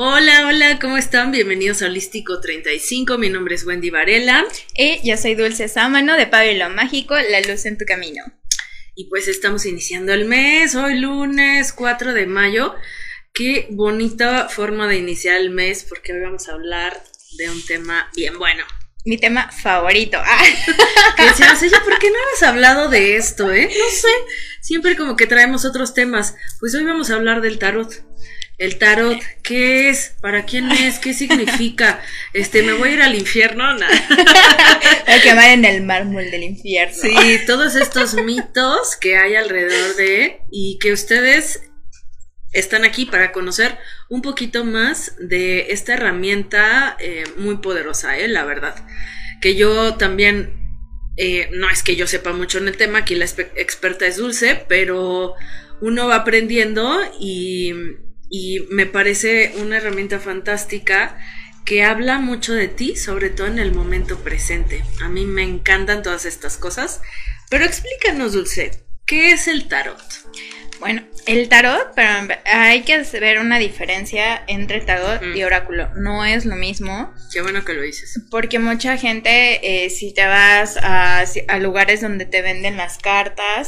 Hola, hola, ¿cómo están? Bienvenidos a Holístico 35, mi nombre es Wendy Varela. Y yo soy Dulce Sámano de Pablo Mágico, la luz en tu camino. Y pues estamos iniciando el mes, hoy lunes 4 de mayo. Qué bonita forma de iniciar el mes, porque hoy vamos a hablar de un tema bien bueno. Mi tema favorito. Que decíamos, oye, ¿por qué no hemos hablado de esto, No sé, siempre como que traemos otros temas. Pues hoy vamos a hablar del tarot. El tarot, ¿qué es? ¿Para quién es? ¿Qué significa? ¿Me voy a ir al infierno? Nah. Voy a quemar en el mármol del infierno. Sí, todos estos mitos que hay alrededor de y que ustedes están aquí para conocer un poquito más de esta herramienta muy poderosa, la verdad. Que yo también, no es que yo sepa mucho en el tema, aquí la experta es Dulce, pero uno va aprendiendo y me parece una herramienta fantástica que habla mucho de ti, sobre todo en el momento presente. A mí me encantan todas estas cosas, pero explícanos, Dulce, ¿qué es el tarot? Bueno, el tarot, pero hay que ver una diferencia entre tarot y oráculo. No es lo mismo. Qué bueno que lo dices. Porque mucha gente, si te vas a lugares donde te venden las cartas,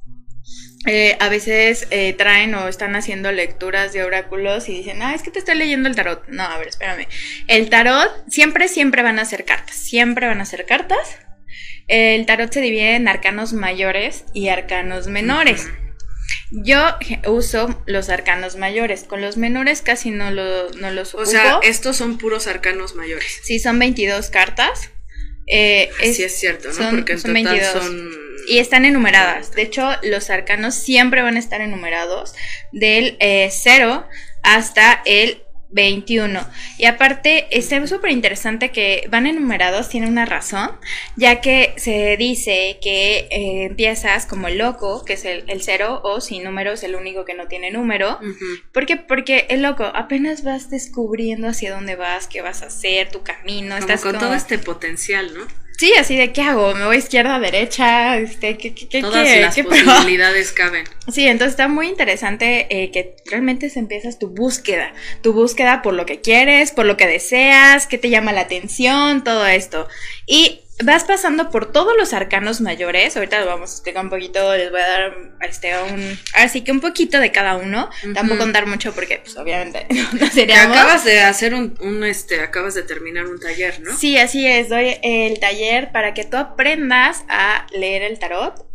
a veces traen o están haciendo lecturas de oráculos y dicen, es que te estoy leyendo el tarot. No, a ver, espérame. El tarot siempre van a ser cartas. Siempre van a ser cartas. El tarot se divide en arcanos mayores y arcanos menores. Yo uso los arcanos mayores. Con los menores casi no los ocupo. O sea, estos son puros arcanos mayores. Sí, son 22 cartas. Sí, es cierto, ¿no? Porque en total 22. Son... Y están enumeradas. De hecho, los arcanos siempre van a estar enumerados del 0 hasta el 21. Y aparte, es súper interesante que van enumerados, tiene una razón, ya que se dice que empiezas como el loco, que es el 0, o sin número, es el único que no tiene número. ¿Por qué? Porque el loco, apenas vas descubriendo hacia dónde vas, qué vas a hacer, tu camino. Como estás con todo este potencial, ¿no? Sí, así de, ¿qué hago? ¿Me voy izquierda, derecha? Todas las posibilidades caben. Sí, entonces está muy interesante que realmente empiezas tu búsqueda por lo que quieres, por lo que deseas, qué te llama la atención, todo esto. Y vas pasando por todos los arcanos mayores. Ahorita lo vamos a explicar un poquito, les voy a dar así que un poquito de cada uno. Tampoco dar mucho porque pues obviamente no seríamos. Acabas de hacer acabas de terminar un taller, ¿no? Sí, así es, doy el taller para que tú aprendas a leer el tarot.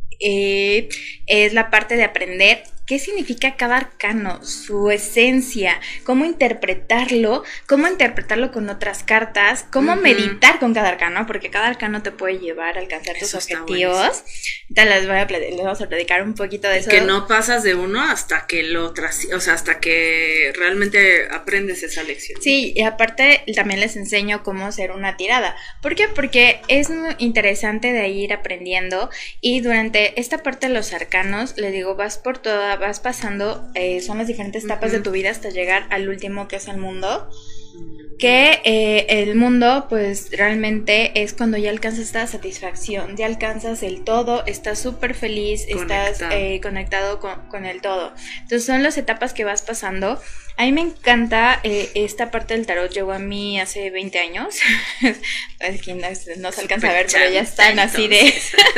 Es la parte de aprender qué significa cada arcano, su esencia, cómo interpretarlo con otras cartas, cómo meditar con cada arcano, porque cada arcano te puede llevar a alcanzar tus objetivos. Ahorita les vamos a platicar un poquito de eso. Que no pasas de uno hasta que hasta que realmente aprendes esa lección. Sí, y aparte también les enseño cómo hacer una tirada. ¿Por qué? Porque es muy interesante de ir aprendiendo, y durante esta parte de los arcanos, les digo, vas pasando, son las diferentes etapas de tu vida hasta llegar al último, que es el mundo. Que el mundo, pues realmente es cuando ya alcanzas esta satisfacción, ya alcanzas el todo, estás súper feliz, estás conectado con el todo. Entonces son las etapas que vas pasando. A mí me encanta esta parte del tarot. Llegó a mí hace 20 años. Aquí no se alcanza a ver, pero ya están así de...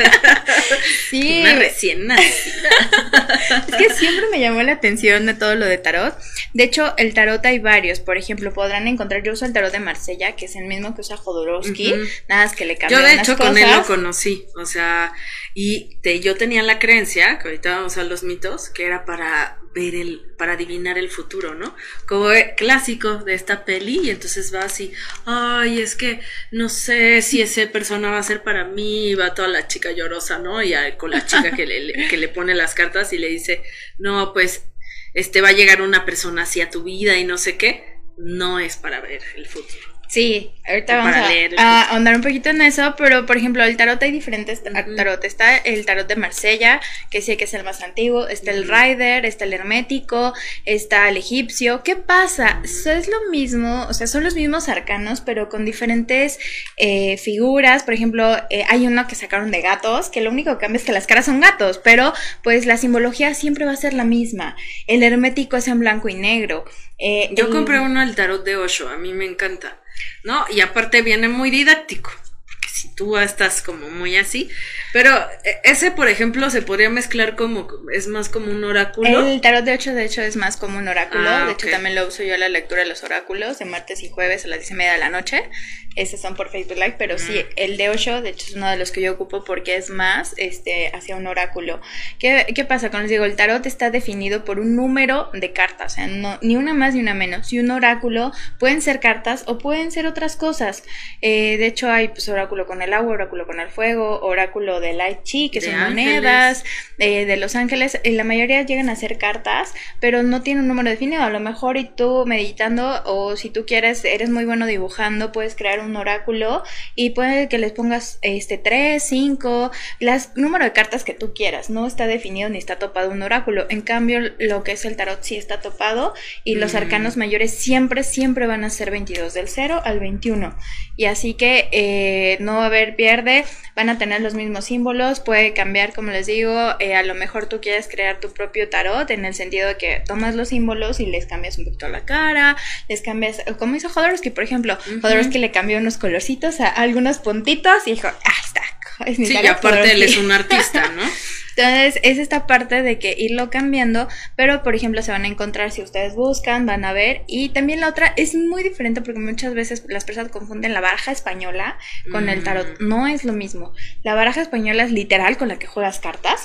Sí. Una recién nacida. Es que siempre me llamó la atención de todo lo de tarot. De hecho, el tarot hay varios. Por ejemplo, podrán encontrar, yo uso el tarot de Marsella, que es el mismo que usa Jodorowsky. Nada más que le cambian unas cosas. Yo de hecho con él lo conocí. O sea, yo tenía la creencia, que ahorita vamos a los mitos, que era para adivinar el futuro, ¿no? Como clásico de esta peli, y entonces va así, es que no sé si esa persona va a ser para mí, y va toda la chica llorosa, ¿no? Y con la chica que le pone las cartas y le dice, no, pues, va a llegar una persona así a tu vida y no sé qué. No es para ver el futuro. Sí, ahorita vamos Para leer. a ahondar un poquito en eso, pero por ejemplo, el tarot hay diferentes tarot. Está el tarot de Marsella, que sé que es el más antiguo, está el Rider, está el hermético, está el egipcio. ¿Qué pasa? Es lo mismo, o sea, son los mismos arcanos, pero con diferentes figuras. Por ejemplo, hay uno que sacaron de gatos, que lo único que cambia es que las caras son gatos, pero pues la simbología siempre va a ser la misma. El hermético es en blanco y negro. Yo compré uno del tarot de Osho, a mí me encanta, ¿no? Y aparte viene muy didáctico, porque si tú estás como muy así, pero ese, por ejemplo, se podría mezclar como, es más como un oráculo. El tarot de 8, de hecho, es más como un oráculo. De hecho, ok. también lo uso yo a la lectura de los oráculos, de martes y jueves a las 10:30 de la noche. Esos son por Facebook Live, pero sí, el de 8, de hecho, es uno de los que yo ocupo porque es más hacia un oráculo. ¿Qué pasa? Como les digo, el tarot está definido por un número de cartas, o sea, no, ni una más ni una menos. Y un oráculo pueden ser cartas o pueden ser otras cosas. De hecho, hay pues oráculo con el agua, oráculo con el fuego, oráculo de Light Chi, que De son ángeles. monedas, de los ángeles. La mayoría llegan a ser cartas, pero no tiene un número definido. A lo mejor y tú meditando, o si tú quieres, eres muy bueno dibujando, puedes crear un oráculo y puede que les pongas 3, 5, número de cartas que tú quieras. No está definido ni está topado un oráculo. En cambio, lo que es el tarot sí está topado, y los arcanos mayores siempre van a ser 22, del 0 al 21. Y así que no va a haber pierde, van a tener los mismos símbolos. Puede cambiar, como les digo, a lo mejor tú quieres crear tu propio tarot, en el sentido de que tomas los símbolos y les cambias un poquito la cara, les cambias, como hizo Jodorowsky, por ejemplo. Jodorowsky le cambió unos colorcitos a algunos puntitos y dijo, está, es mi Sí, y tarot aparte él Jodorowsky. es un artista, ¿no? Entonces es esta parte de que irlo cambiando, pero por ejemplo se van a encontrar, si ustedes buscan, van a ver. Y también la otra es muy diferente, porque muchas veces las personas confunden la baraja española con el tarot. No es lo mismo. La baraja española es literal con la que juegas cartas.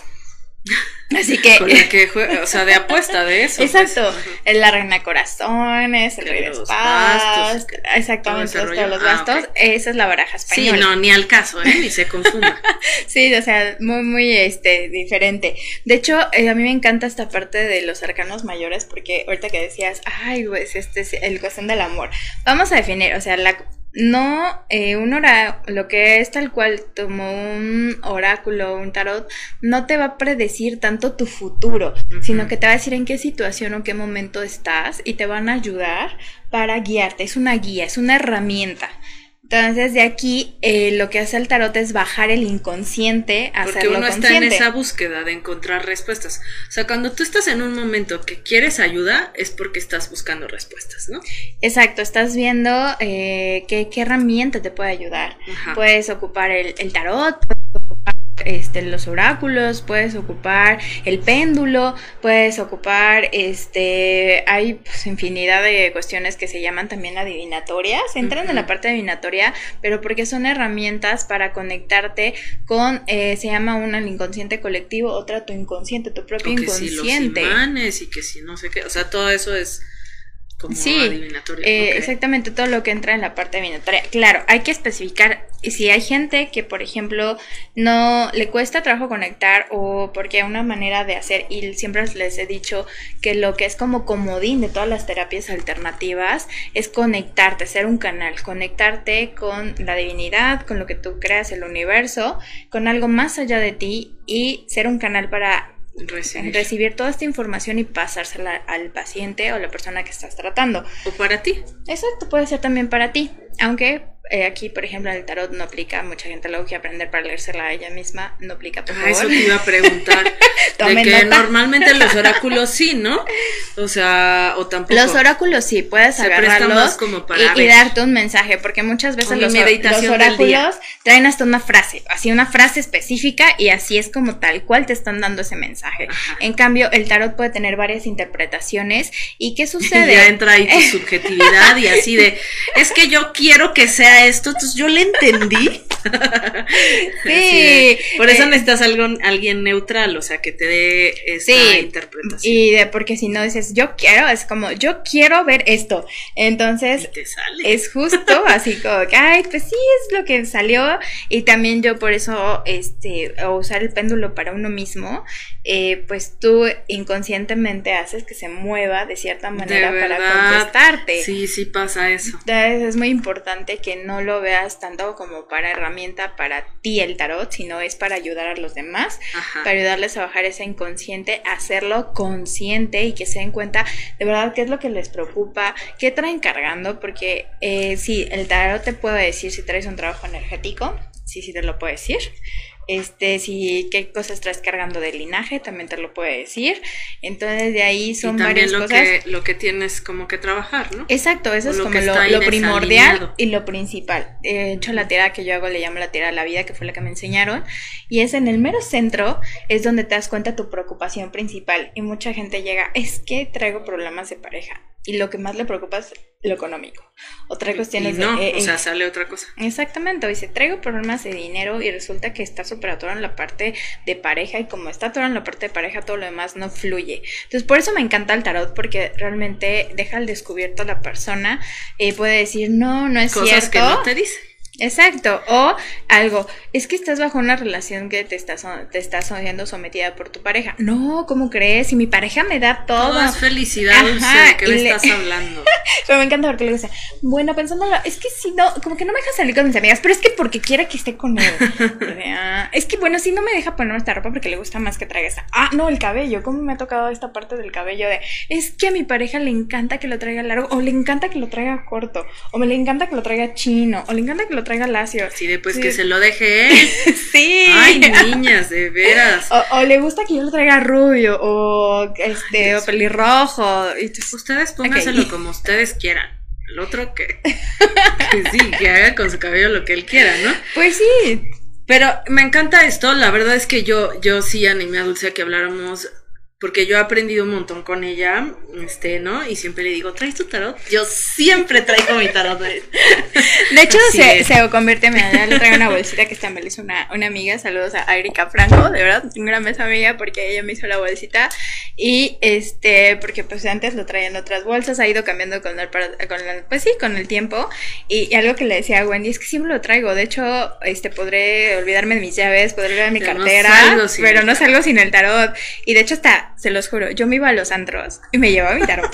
Así que Con la que juega, o sea, de apuesta de eso. exacto, Pues. es la reina de corazones, el rey de Los espadas, bastos, exactamente, todo ese todos rollo. los bastos. Ok. Esa es la baraja Sí, española. no, ni al caso, ni se confunda. Sí, o sea, muy diferente. De hecho, a mí me encanta esta parte de los arcanos mayores, porque ahorita que decías, ay, pues es el cuestión del amor. Vamos a definir, o sea, lo que es tal cual como un oráculo, un tarot, no te va a predecir tanto tu futuro, sino que te va a decir en qué situación o qué momento estás, y te van a ayudar para guiarte. Es una guía, es una herramienta. Entonces, de aquí, lo que hace el tarot es bajar el inconsciente a Porque hacerlo uno está consciente. en esa búsqueda de encontrar respuestas. O sea, cuando tú estás en un momento que quieres ayuda, es porque estás buscando respuestas, ¿no? Exacto, estás viendo qué herramienta te puede ayudar. Ajá. Puedes ocupar el tarot, puedes ocupar los oráculos, puedes ocupar el péndulo, puedes ocupar hay pues infinidad de cuestiones que se llaman también adivinatorias. Entran en la parte adivinatoria, pero porque son herramientas para conectarte con, se llama una el inconsciente colectivo, otra tu inconsciente, tu propio O que inconsciente. si los imanes y que si no sé qué, o sea, todo eso es como Sí, adivinatorio. Ok. exactamente, todo lo que entra en la parte adivinatoria. Claro, hay que especificar si hay gente que, por ejemplo, no le cuesta trabajo conectar, o porque una manera de hacer, y siempre les he dicho que lo que es como comodín de todas las terapias alternativas es conectarte, ser un canal, conectarte con la divinidad, con lo que tú creas, el universo, con algo más allá de ti, y ser un canal para recibir toda esta información y pasársela al paciente o la persona que estás tratando. O para ti. Exacto, puede ser también para ti, aunque aquí, por ejemplo, en el tarot no aplica. Mucha gente luego quiere aprender para leérsela a ella misma, no aplica, por favor. Eso te iba a preguntar. De Tomen que nota. normalmente los oráculos sí, ¿no? O sea, o tampoco. Los oráculos sí, puedes Se presta agarrarlos más como para y ver. darte un mensaje, porque muchas veces Como los meditación del día. oráculos traen hasta una frase, así una frase específica, y así es como tal cual te están dando ese mensaje. Ajá. En cambio, el tarot puede tener varias interpretaciones. ¿Y qué sucede? Ya entra ahí tu subjetividad y así de, es que yo quiero que sea esto, entonces yo le entendí. Sí. Por eso necesitas alguien neutral, o sea, que te dé esta interpretación. Y porque si no dices, yo quiero, es como, yo quiero ver esto. Entonces, y te sale. Es justo así como que, ay, pues sí, es lo que salió. Y también yo por eso, usar el péndulo para uno mismo, pues tú inconscientemente haces que se mueva de cierta manera para contestarte. Sí, sí pasa eso. Entonces es muy importante que no lo veas tanto como para herramienta para ti el tarot, sino es para ayudar a los demás, para ayudarles a bajar ese inconsciente, hacerlo consciente y que se den cuenta de verdad qué es lo que les preocupa, qué traen cargando, porque sí, el tarot te puede decir si traes un trabajo energético, sí te lo puede decir. Si qué cosas traes cargando del linaje, también te lo puede decir. Entonces de ahí son varias cosas. Lo que tienes como que trabajar, ¿no? Exacto, eso es como lo primordial y lo principal. De hecho, la tirada que yo hago le llamo la tirada de la vida, que fue la que me enseñaron. Y es en el mero centro, es donde te das cuenta tu preocupación principal. Y mucha gente llega, es que traigo problemas de pareja. Y lo que más le preocupa es lo económico. Otra cuestión es o sea, sale otra cosa. Exactamente, dice, traigo problemas de dinero y resulta que está súper atorado en la parte de pareja y como está atorado en la parte de pareja, todo lo demás no fluye. Entonces, por eso me encanta el tarot, porque realmente deja al descubierto a la persona, puede decir, no es cierto. Cosas que no te dice. Exacto, o algo, es que estás bajo una relación que te estás siendo sometida por tu pareja. No, ¿cómo crees? Si mi pareja me da todo. Todo es felicidad, Dulce, ¿de qué me estás hablando? Pero me encanta porque le dice, bueno, pensándolo, es que si no, como que no me deja salir con mis amigas, pero es que porque quiere que esté con él. Es que bueno, si no me deja ponerme esta ropa porque le gusta más que traiga esta. No, el cabello, ¿cómo me ha tocado esta parte del cabello de, es que a mi pareja le encanta que lo traiga largo, o le encanta que lo traiga corto, o me le encanta que lo traiga chino, o le encanta que lo traiga lacio. Sí, después que se lo deje él. Sí. Ay, niñas, de veras. O le gusta que yo lo traiga rubio, o o pelirrojo. Ustedes pónganselo como ustedes quieran. El otro que sí, que haga con su cabello lo que él quiera, ¿no? Pues sí. Pero me encanta esto, la verdad es que yo sí animé a Dulce a que habláramos, porque yo he aprendido un montón con ella, ¿no? Y siempre le digo, ¿traes tu tarot? Yo siempre traigo mi tarot. De hecho, se convierte en ya le traigo una bolsita que esta me la hizo una amiga. Saludos a Erika Franco, de verdad, una gran beso amiga, porque ella me hizo la bolsita. Y porque pues antes lo traía en otras bolsas, ha ido cambiando con el tiempo. Y algo que le decía a Wendy es que siempre lo traigo. De hecho, podré olvidarme de mis llaves, podré olvidar mi cartera, pero no salgo sin el tarot. Y de hecho se los juro, yo me iba a los antros y me llevaba mi tarot.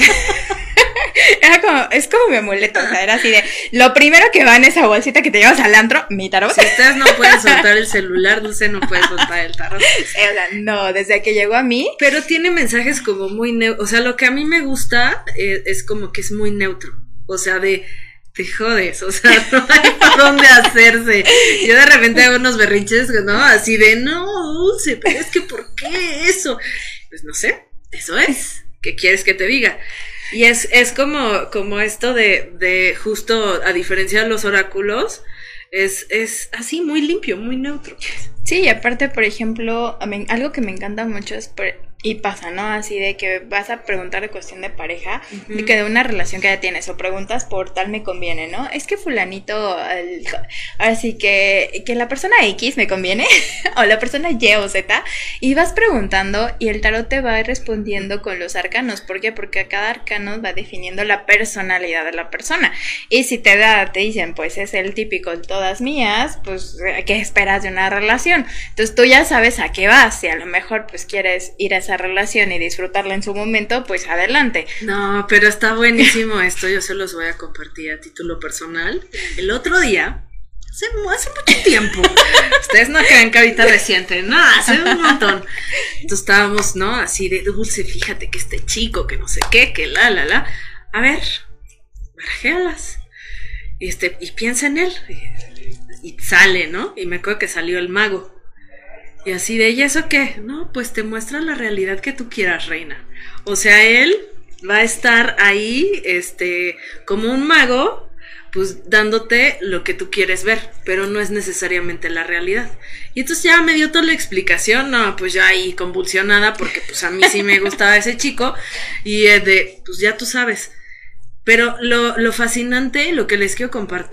Es como mi amuleto, o sea, era así de, lo primero que va en esa bolsita que te llevas al antro, mi tarot. Si ustedes no pueden soltar el celular, Dulce no puede soltar el tarot. O sea, no, desde que llegó a mí. Pero tiene mensajes como muy neutros, o sea, lo que a mí me gusta es como que es muy neutro, o sea, te jodes, o sea, no hay por dónde hacerse. Yo de repente hago unos berrinches, ¿no? Así de, no, Dulce, pero es que ¿por qué eso? Pues no sé, eso es. ¿Qué quieres que te diga? Y es como esto de justo, a diferencia de los oráculos, es así muy limpio, muy neutro. Sí, y aparte, por ejemplo, algo que me encanta mucho es y pasa, ¿no? Así de que vas a preguntar de cuestión de pareja, de que de una relación que ya tienes, o preguntas por tal me conviene, ¿no? Es que fulanito, así que la persona X me conviene, o la persona Y o Z, y vas preguntando, y el tarot te va respondiendo con los arcanos. ¿Por qué? Porque cada arcano va definiendo la personalidad de la persona. Y si te dicen, pues es el típico todas mías, pues, ¿qué esperas de una relación? Entonces tú ya sabes a qué vas, si a lo mejor pues quieres ir a esa relación y disfrutarla en su momento, pues adelante. No, pero está buenísimo esto, yo se los voy a compartir a título personal. El otro día, hace mucho tiempo, ustedes no creen que ahorita reciente, no, hace un montón. Entonces estábamos, ¿no? Así de, Dulce, fíjate que este chico, que no sé qué, que a ver, barajéalas. Y piensa en él. Y sale, ¿no? Y me acuerdo que salió el mago. Y así de, ¿y eso qué? No, pues te muestra la realidad que tú quieras, reina. O sea, él va a estar ahí, como un mago, pues dándote lo que tú quieres ver, pero no es necesariamente la realidad. Y entonces ya me dio toda la explicación, no, pues ya ahí convulsionada, porque pues a mí sí me gustaba ese chico, y pues ya tú sabes. Pero lo fascinante, lo que les quiero compartir,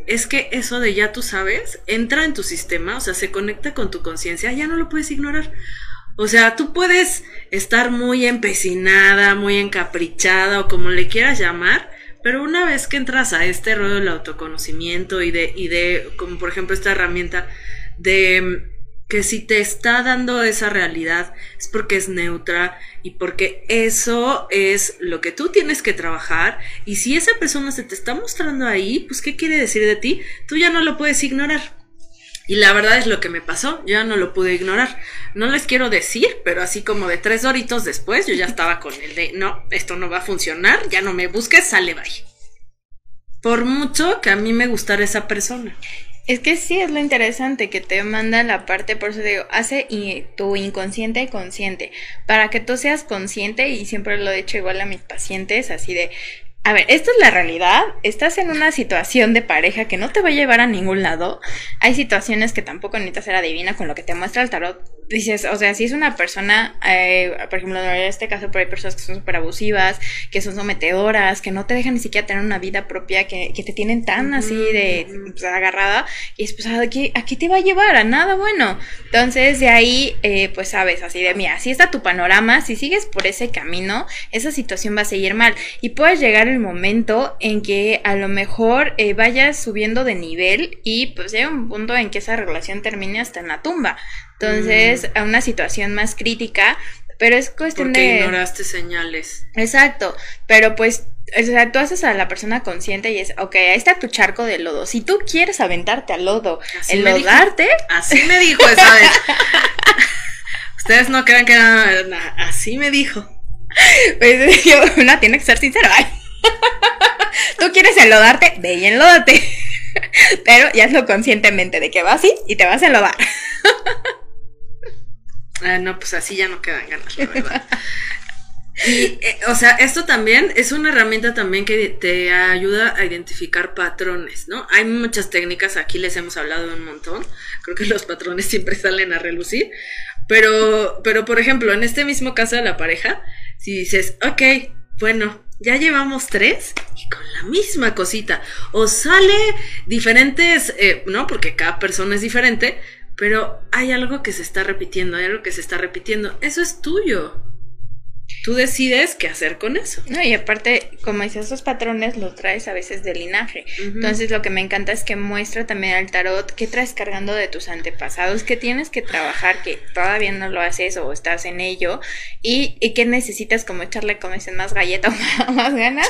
es que eso de ya tú sabes, entra en tu sistema, o sea, se conecta con tu conciencia, ya no lo puedes ignorar. O sea, tú puedes estar muy empecinada, muy encaprichada o como le quieras llamar, pero una vez que entras a este rollo del autoconocimiento y de como por ejemplo esta herramienta de que si te está dando esa realidad es porque es neutra y porque eso es lo que tú tienes que trabajar, y si esa persona se te está mostrando ahí, pues ¿qué quiere decir de ti? Tú ya no lo puedes ignorar. Y la verdad es lo que me pasó, yo ya no lo pude ignorar. No les quiero decir, pero así como de 3 horitos después, yo ya estaba con el de, no, esto no va a funcionar, ya no me busques, sale, bye. Por mucho que a mí me gustara esa persona. Es que sí, es lo interesante que te manda la parte, por eso digo, hace tu inconsciente consciente, para que tú seas consciente, y siempre lo he dicho igual a mis pacientes, así de, a ver, esto es la realidad, estás en una situación de pareja que no te va a llevar a ningún lado, hay situaciones que tampoco necesitas ser adivina con lo que te muestra el tarot, dices, o sea, si es una persona, por ejemplo, en este caso, pero hay personas que son súper abusivas, que son sometedoras, que no te dejan ni siquiera tener una vida propia, que te tienen tan así de pues, agarrada, y es pues, ¿a qué te va a llevar? A nada bueno. Entonces, de ahí, pues sabes, así de, mira, así está tu panorama, si sigues por ese camino, esa situación va a seguir mal, y puedes llegar el momento en que a lo mejor vayas subiendo de nivel, y pues llega un punto en que esa relación termine hasta en la tumba. Entonces, a una situación más crítica, pero es cuestión porque ignoraste señales. Exacto, pero pues, o sea, tú haces a la persona consciente y es, ok, ahí está tu charco de lodo. Si tú quieres aventarte al lodo, enlodarte. Así me dijo esa vez. Ustedes no crean que era así me dijo. Pues una tiene que ser sincera. Tú quieres enlodarte, ve y enlódate. Pero ya hazlo conscientemente de que vas así y te vas a enlodar. No, pues así ya no quedan ganas, la verdad. Y, o sea, esto también es una herramienta también que te ayuda a identificar patrones, ¿no? Hay muchas técnicas, aquí les hemos hablado un montón. Creo que los patrones siempre salen a relucir. Pero por ejemplo, en este mismo caso de la pareja, si dices, ok, bueno, ya llevamos 3 y con la misma cosita, o sale diferentes, ¿no? Porque cada persona es diferente, pero hay algo que se está repitiendo, eso es tuyo. Tú decides qué hacer con eso. No, y aparte, como dices, esos patrones los traes a veces de linaje. Entonces, lo que me encanta es que muestra también al tarot qué traes cargando de tus antepasados, qué tienes que trabajar, que todavía no lo haces o estás en ello, y qué necesitas como echarle, como dicen, más galleta o más ganas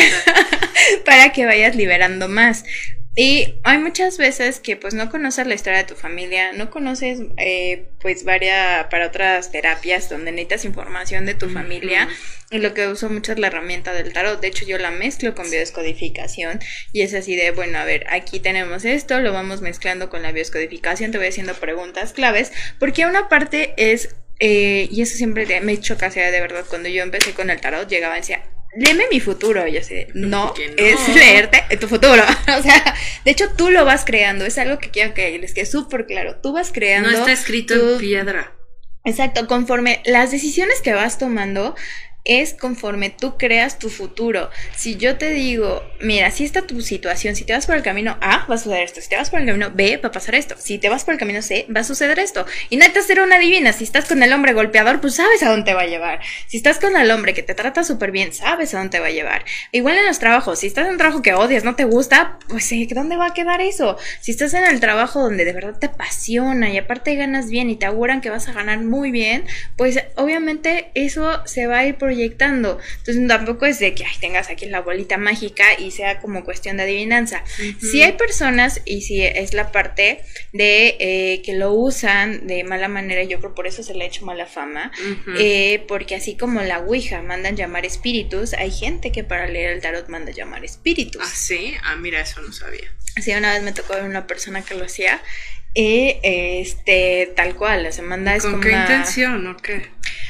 para que vayas liberando más. Y hay muchas veces que pues no conoces la historia de tu familia, no conoces pues para otras terapias donde necesitas información de tu familia, y lo que uso mucho es la herramienta del tarot. De hecho yo la mezclo con biodescodificación, y es así de, bueno, a ver, aquí tenemos esto, lo vamos mezclando con la biodescodificación, te voy haciendo preguntas claves, porque una parte es, y eso siempre me choca, o sea, de verdad, cuando yo empecé con el tarot llegaba y decía, léeme mi futuro, y yo sé, no, es leerte tu futuro, o sea, de hecho tú lo vas creando, es algo que quiero que les quede súper claro, tú vas creando. No está escrito en piedra. Exacto, conforme las decisiones que vas tomando, es conforme tú creas tu futuro. Si yo te digo, mira, si está tu situación, si te vas por el camino A, va a suceder esto, si te vas por el camino B, va a pasar esto, si te vas por el camino C, va a suceder esto, y no te hacer una divina. Si estás con el hombre golpeador, pues sabes a dónde te va a llevar. Si estás con el hombre que te trata súper bien, sabes a dónde te va a llevar. Igual en los trabajos, si estás en un trabajo que odias, no te gusta, pues ¿dónde va a quedar eso? Si estás en el trabajo donde de verdad te apasiona y aparte ganas bien y te auguran que vas a ganar muy bien, pues obviamente eso se va a ir proyectando. Entonces tampoco es de que tengas aquí la bolita mágica y sea como cuestión de adivinanza. Si hay personas, y si es la parte de que lo usan de mala manera, yo creo por eso se le ha hecho mala fama, porque así como la Ouija mandan llamar espíritus, hay gente que para leer el tarot manda llamar espíritus. ¿Ah, sí? Ah, mira, eso no sabía. Sí, una vez me tocó ver una persona que lo hacía, tal cual, se manda. ¿Con qué intención o qué?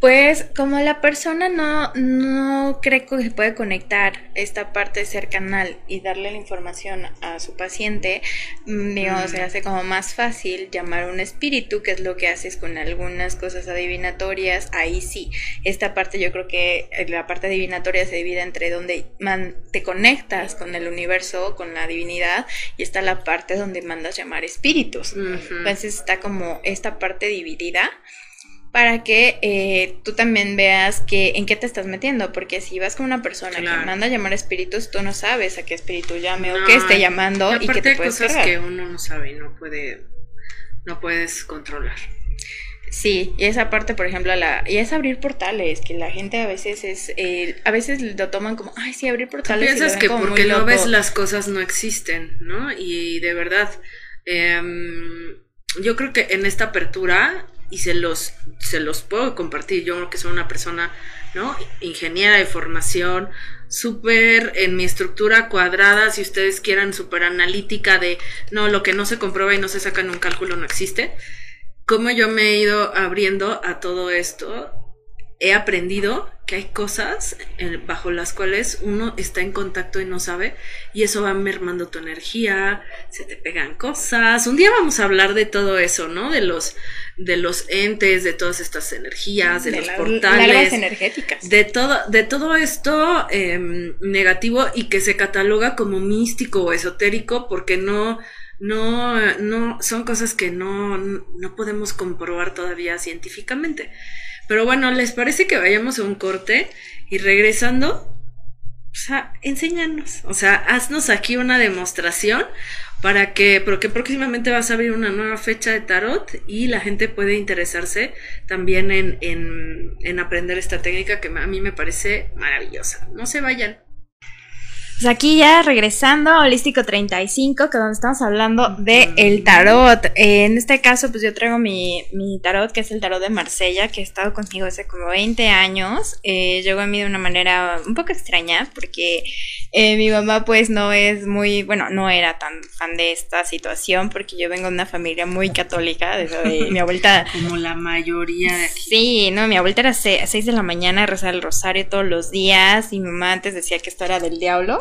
Pues como la persona no cree que se puede conectar esta parte cercanal y darle la información a su paciente, digamos, se hace como más fácil llamar a un espíritu, que es lo que haces con algunas cosas adivinatorias. Ahí sí, esta parte yo creo que la parte adivinatoria se divide entre donde te conectas con el universo, con la divinidad, y está la parte donde mandas llamar espíritus. Entonces está como esta parte dividida, para que tú también veas en qué te estás metiendo, porque si vas con una persona que manda a llamar espíritus, tú no sabes a qué espíritu llame o qué esté llamando, y que te puedes cosas cargar. Que uno no sabe y no puedes controlar. Sí, y esa parte, por ejemplo, y es abrir portales, que la gente a veces a veces lo toman como, ay, sí, abrir portales. Tú piensas que porque no ves las cosas no existen, ¿no? Y de verdad, yo creo que en esta apertura, y se los puedo compartir, yo creo que soy una persona, ¿no?, ingeniera de formación, súper en mi estructura cuadrada, si ustedes quieran, súper analítica de, no, lo que no se comprueba y no se saca en un cálculo no existe. Cómo yo me he ido abriendo a todo esto, he aprendido que hay cosas bajo las cuales uno está en contacto y no sabe, y eso va mermando tu energía, se te pegan cosas. Un día vamos a hablar de todo eso, ¿no? De los entes, de todas estas energías, de los portales, larvas energéticas, de todo esto negativo, y que se cataloga como místico o esotérico, porque no son cosas que no podemos comprobar todavía científicamente. Pero bueno, ¿les parece que vayamos a un corte? Y regresando, o sea, enséñanos, o sea, haznos aquí una demostración porque próximamente vas a abrir una nueva fecha de tarot y la gente puede interesarse también en aprender esta técnica que a mí me parece maravillosa. No se vayan. Pues aquí ya regresando a Holístico 35, que donde estamos hablando de el tarot. En este caso, pues yo traigo mi tarot, que es el tarot de Marsella, que ha estado conmigo hace como 20 años. Llegó a mí de una manera un poco extraña, porque mi mamá pues no era tan fan de esta situación, porque yo vengo de una familia muy católica, de mi abuelita. Como la mayoría de aquí. Sí, no, mi abuelita era a 6 de la mañana a rezar el rosario todos los días, y mi mamá antes decía que esto era del diablo.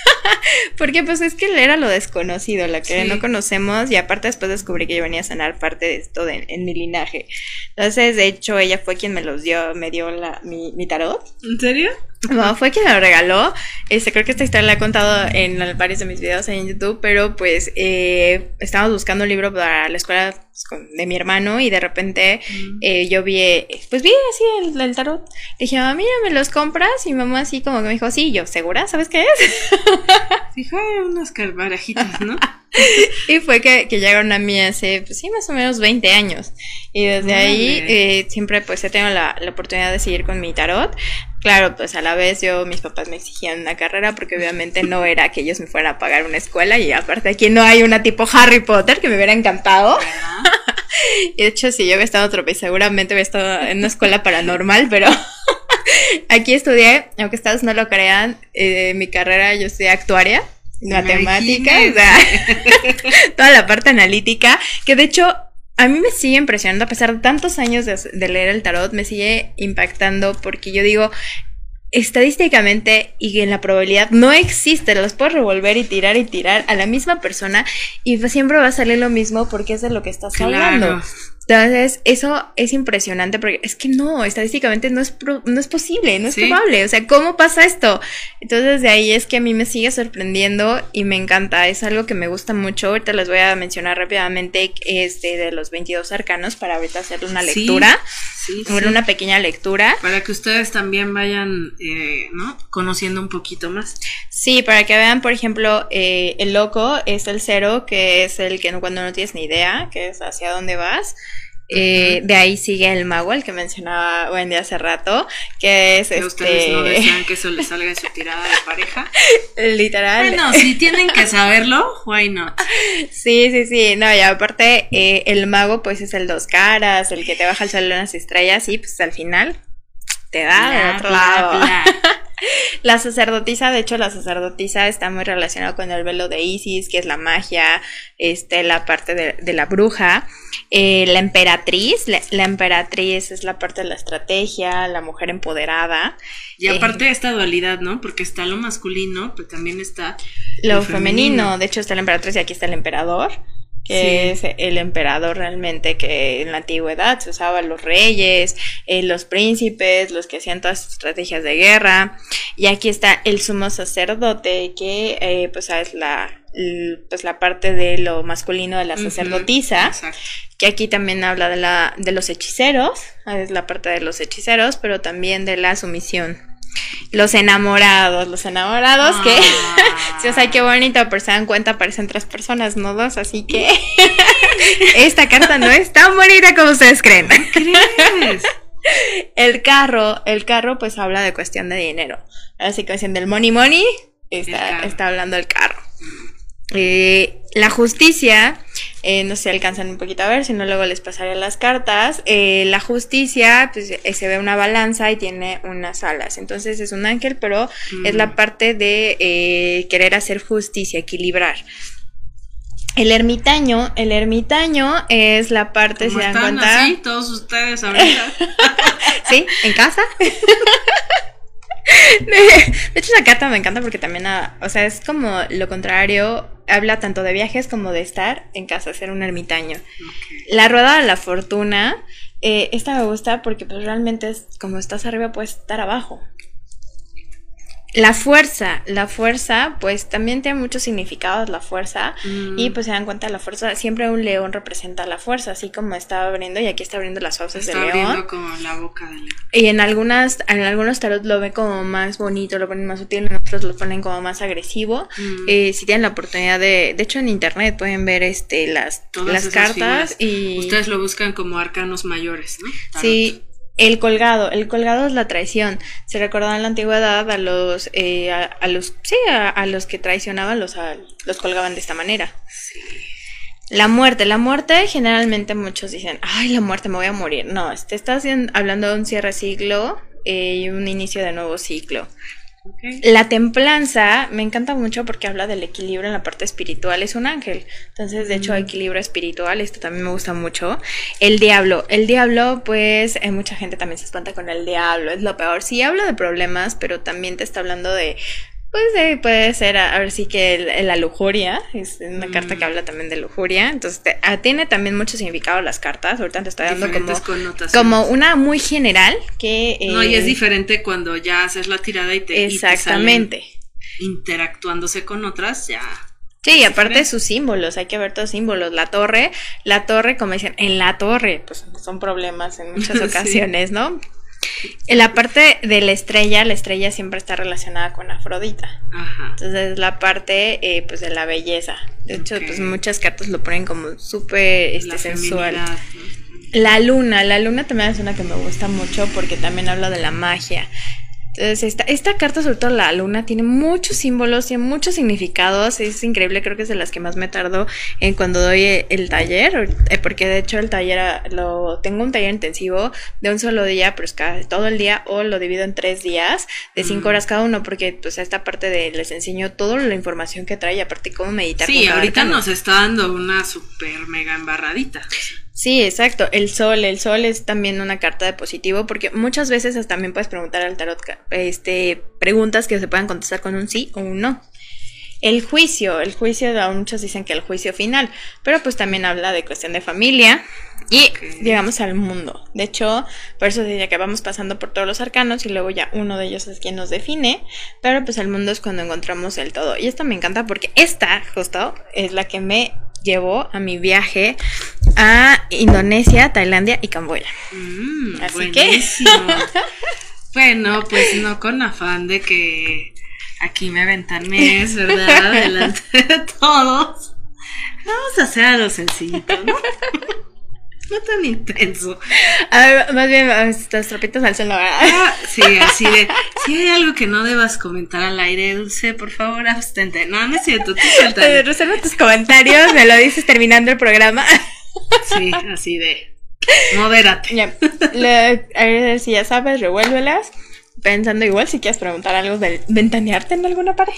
Porque pues es que era lo desconocido, lo que no conocemos, y aparte después descubrí que yo venía a sanar parte de esto en mi linaje. Entonces, de hecho, ella fue quien me dio mi tarot. ¿En serio? No, fue quien me lo regaló. Creo que esta historia la he contado en varios de mis videos en YouTube, pero pues estábamos buscando un libro para la escuela de mi hermano, y de repente yo vi así el tarot. Le dije, mamá, mira, ¿me los compras? Y mi mamá así como que me dijo, sí. Yo, ¿segura? ¿Sabes qué es? Dijo, unas barajitas, ¿no? Y fue que llegaron a mí hace, pues sí, más o menos 20 años. Y desde ahí siempre pues he tenido la oportunidad de seguir con mi tarot. Claro, pues a la vez mis papás me exigían una carrera, porque obviamente no era que ellos me fueran a pagar una escuela, y aparte aquí no hay una tipo Harry Potter, que me hubiera encantado. Y de hecho, si yo hubiera estado otro país, seguramente hubiera estado en una escuela paranormal, pero aquí estudié, aunque ustedes no lo crean, mi carrera, yo soy actuaria, matemáticas, o sea, toda la parte analítica, que de hecho a mí me sigue impresionando, a pesar de tantos años de leer el tarot, me sigue impactando, porque yo digo, estadísticamente y en la probabilidad no existe, los puedes revolver y tirar a la misma persona, y pues siempre va a salir lo mismo, porque es de lo que estás hablando. Entonces, eso es impresionante, porque es que no, estadísticamente no es posible, no es probable. O sea, ¿cómo pasa esto? Entonces, de ahí es que a mí me sigue sorprendiendo y me encanta. Es algo que me gusta mucho. Ahorita les voy a mencionar rápidamente, de los 22 arcanos, para ahorita hacer una lectura. Una pequeña lectura. Para que ustedes también vayan, ¿no?, conociendo un poquito más. Sí, para que vean, por ejemplo, el loco es el 0, que es el que cuando no tienes ni idea, que es hacia dónde vas. De ahí sigue el mago, el que mencionaba Wendy hace rato, que es que ustedes no desean que eso les salga en su tirada de pareja. Literal. Bueno, si tienen que saberlo, why not? Sí. No, y aparte, el mago pues es el 2 caras, el que te baja el sol en las estrellas, y pues al final te da del otro lado. La sacerdotisa, de hecho, la sacerdotisa está muy relacionada con el velo de Isis, que es la magia, la parte de la bruja. La emperatriz, la emperatriz es la parte de la estrategia, la mujer empoderada. Y aparte esta dualidad, ¿no? Porque está lo masculino, pero también está lo femenino. De hecho, está la emperatriz y aquí está el emperador, que es el emperador realmente, que en la antigüedad se usaba los reyes, los príncipes, los que hacían todas las estrategias de guerra. Y aquí está el sumo sacerdote, que pues es la parte de lo masculino de la sacerdotisa. Exacto. Que aquí también habla de los hechiceros, es la parte de los hechiceros, pero también de la sumisión. Los enamorados que si os qué bonito, pero se dan cuenta, aparecen 3 personas, no 2, así que esta carta no es tan bonita como ustedes creen. ¿Qué crees? El carro pues habla de cuestión de dinero. Así que cuestión del money, está hablando del carro. La justicia, no sé si alcanzan un poquito a ver, si no luego les pasaré las cartas. La justicia, pues se ve una balanza y tiene unas alas, entonces es un ángel, pero es la parte de querer hacer justicia, equilibrar. El ermitaño es la parte, ¿cómo se dan están cuenta? así todos ustedes ahorita? Sí, en casa. De hecho, esa carta me encanta porque también, es como lo contrario, habla tanto de viajes como de estar en casa, ser un ermitaño. Okay. La rueda de la fortuna, esta me gusta porque pues realmente es como estás arriba, puedes estar abajo. La fuerza, pues también tiene muchos significados la fuerza, y pues se dan cuenta la fuerza, siempre un león representa la fuerza, así como está abriendo, y aquí está abriendo las fauces del león. Está abriendo como la boca del león. Y en algunos tarot lo ven como más bonito, lo ponen más sutil, en otros lo ponen como más agresivo. Si tienen la oportunidad de hecho en internet pueden ver las cartas, y ustedes lo buscan como arcanos mayores, ¿no? Tarot. Sí. El colgado es la traición. Se recordaba en la antigüedad a los que traicionaban, los colgaban de esta manera. Sí. La muerte generalmente muchos dicen, ay, la muerte, me voy a morir. No, estás hablando de un cierre de ciclo y un inicio de nuevo ciclo. Okay. La templanza me encanta mucho porque habla del equilibrio en la parte espiritual, es un ángel, entonces de hecho equilibrio espiritual, esto también me gusta mucho. El diablo pues mucha gente también se espanta con el diablo, es lo peor, sí habla de problemas, pero también te está hablando de puede ser, a ver si que la lujuria, es una carta que habla también de lujuria, entonces tiene también mucho significado las cartas, ahorita te estoy dando como una muy general que... no, y es diferente cuando ya haces la tirada y te exactamente. Interactuándose con otras, ya... Sí, y aparte sus símbolos, hay que ver todos símbolos. La torre, como dicen, en la torre, pues son problemas en muchas ocasiones, sí. ¿No? En la parte de la estrella siempre está relacionada con Afrodita. Ajá. Entonces la parte pues de la belleza. De hecho, pues muchas cartas lo ponen como súper sensual. ¿No? La luna también es una que me gusta mucho porque también habla de la magia. Entonces esta carta, sobre todo la luna, tiene muchos símbolos, tiene muchos significados, es increíble, creo que es de las que más me tardo en cuando doy el taller, porque de hecho el taller tengo un taller intensivo de un solo día, pero es todo el día, o lo divido en 3 días de 5 horas cada uno, porque pues esta parte les enseño toda la información que trae y aparte cómo meditar. Sí, ahorita nos está dando una super mega embarradita. Sí, exacto. El sol es también una carta de positivo, porque muchas veces también puedes preguntar al tarot preguntas que se puedan contestar con un sí o un no. El juicio, muchos dicen que el juicio final, pero pues también habla de cuestión de familia y llegamos al mundo. De hecho, por eso diría que vamos pasando por todos los arcanos y luego ya uno de ellos es quien nos define, pero pues el mundo es cuando encontramos el todo. Y esto me encanta porque esta justo es la que me llevó a mi viaje a Indonesia, Tailandia y Camboya. Así buenísimo. Bueno, pues no con afán de que aquí me ventanees, ¿verdad? Delante de todos. Vamos a hacer algo sencillito, ¿no? No tan intenso. A ver, más bien, estos trapitos al sol, ¿verdad? Sí, así de, si hay algo que no debas comentar al aire, Dulce, por favor, abstente. No es cierto, tú suéltalo. Reserva tus comentarios, me lo dices terminando el programa. Sí, así de, modérate. Ya. A ver si ya sabes, revuélvelas. pensando igual si quieres preguntar algo del ventanearte en alguna pareja.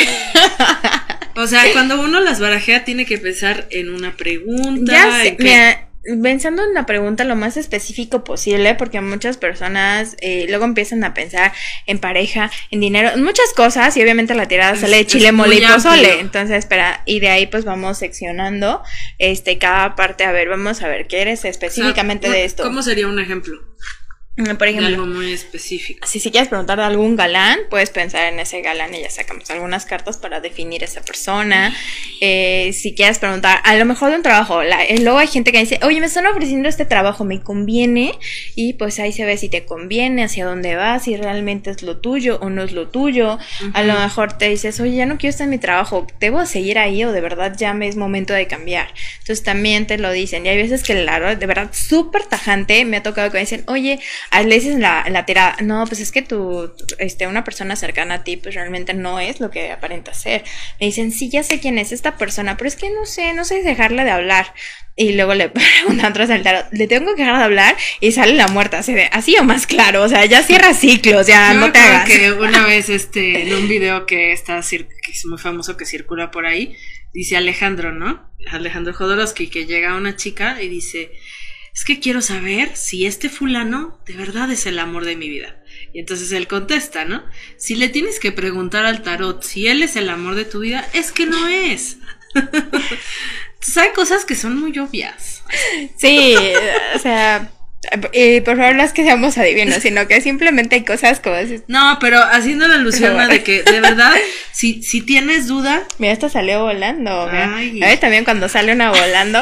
O sea, cuando uno las barajea tiene que pensar en una pregunta. Ya sé, mira, pensando en la pregunta lo más específico posible, porque muchas personas luego empiezan a pensar en pareja, en dinero, en muchas cosas, y obviamente la tirada sale de chile, mole y pozole. Entonces, espera, y de ahí pues vamos seccionando cada parte. A ver, vamos a ver, ¿qué eres específicamente de esto? ¿Cómo sería un ejemplo? Por ejemplo, de algo muy específico. Si quieres preguntar de algún galán, puedes pensar en ese galán y ya sacamos algunas cartas para definir a esa persona. Si quieres preguntar, a lo mejor de un trabajo, luego hay gente que dice, oye, me están ofreciendo este trabajo, ¿me conviene? Y pues ahí se ve si te conviene, hacia dónde vas, si realmente es lo tuyo o no es lo tuyo. A lo mejor te dices, oye, ya no quiero estar en mi trabajo, ¿debo seguir ahí o de verdad ya me es momento de cambiar? Entonces también te lo dicen. Y hay veces que de verdad súper tajante me ha tocado que me dicen, oye, le dices en la tirada, no, pues es que una persona cercana a ti, pues realmente no es lo que aparenta ser. Me dicen, sí, ya sé quién es esta persona, pero es que no sé dejarle de hablar. Y luego le preguntan otros al tarot, ¿le tengo que dejar de hablar? Y sale la muerta, así o más claro, o sea, ya cierra ciclos, ya no te hagas. Que una vez en un video que es muy famoso, que circula por ahí, dice Alejandro, ¿no? Alejandro Jodorowsky, que llega una chica y dice, es que quiero saber si este fulano de verdad es el amor de mi vida. Y entonces él contesta, ¿no? Si le tienes que preguntar al tarot si él es el amor de tu vida, es que no es. Entonces hay cosas que son muy obvias. Sí, o sea, por favor no es que seamos adivinos, sino que simplemente hay cosas como... No, pero haciendo la alusión a de que, de verdad, si tienes duda... Mira, esta salió volando. A ver, también cuando sale una volando...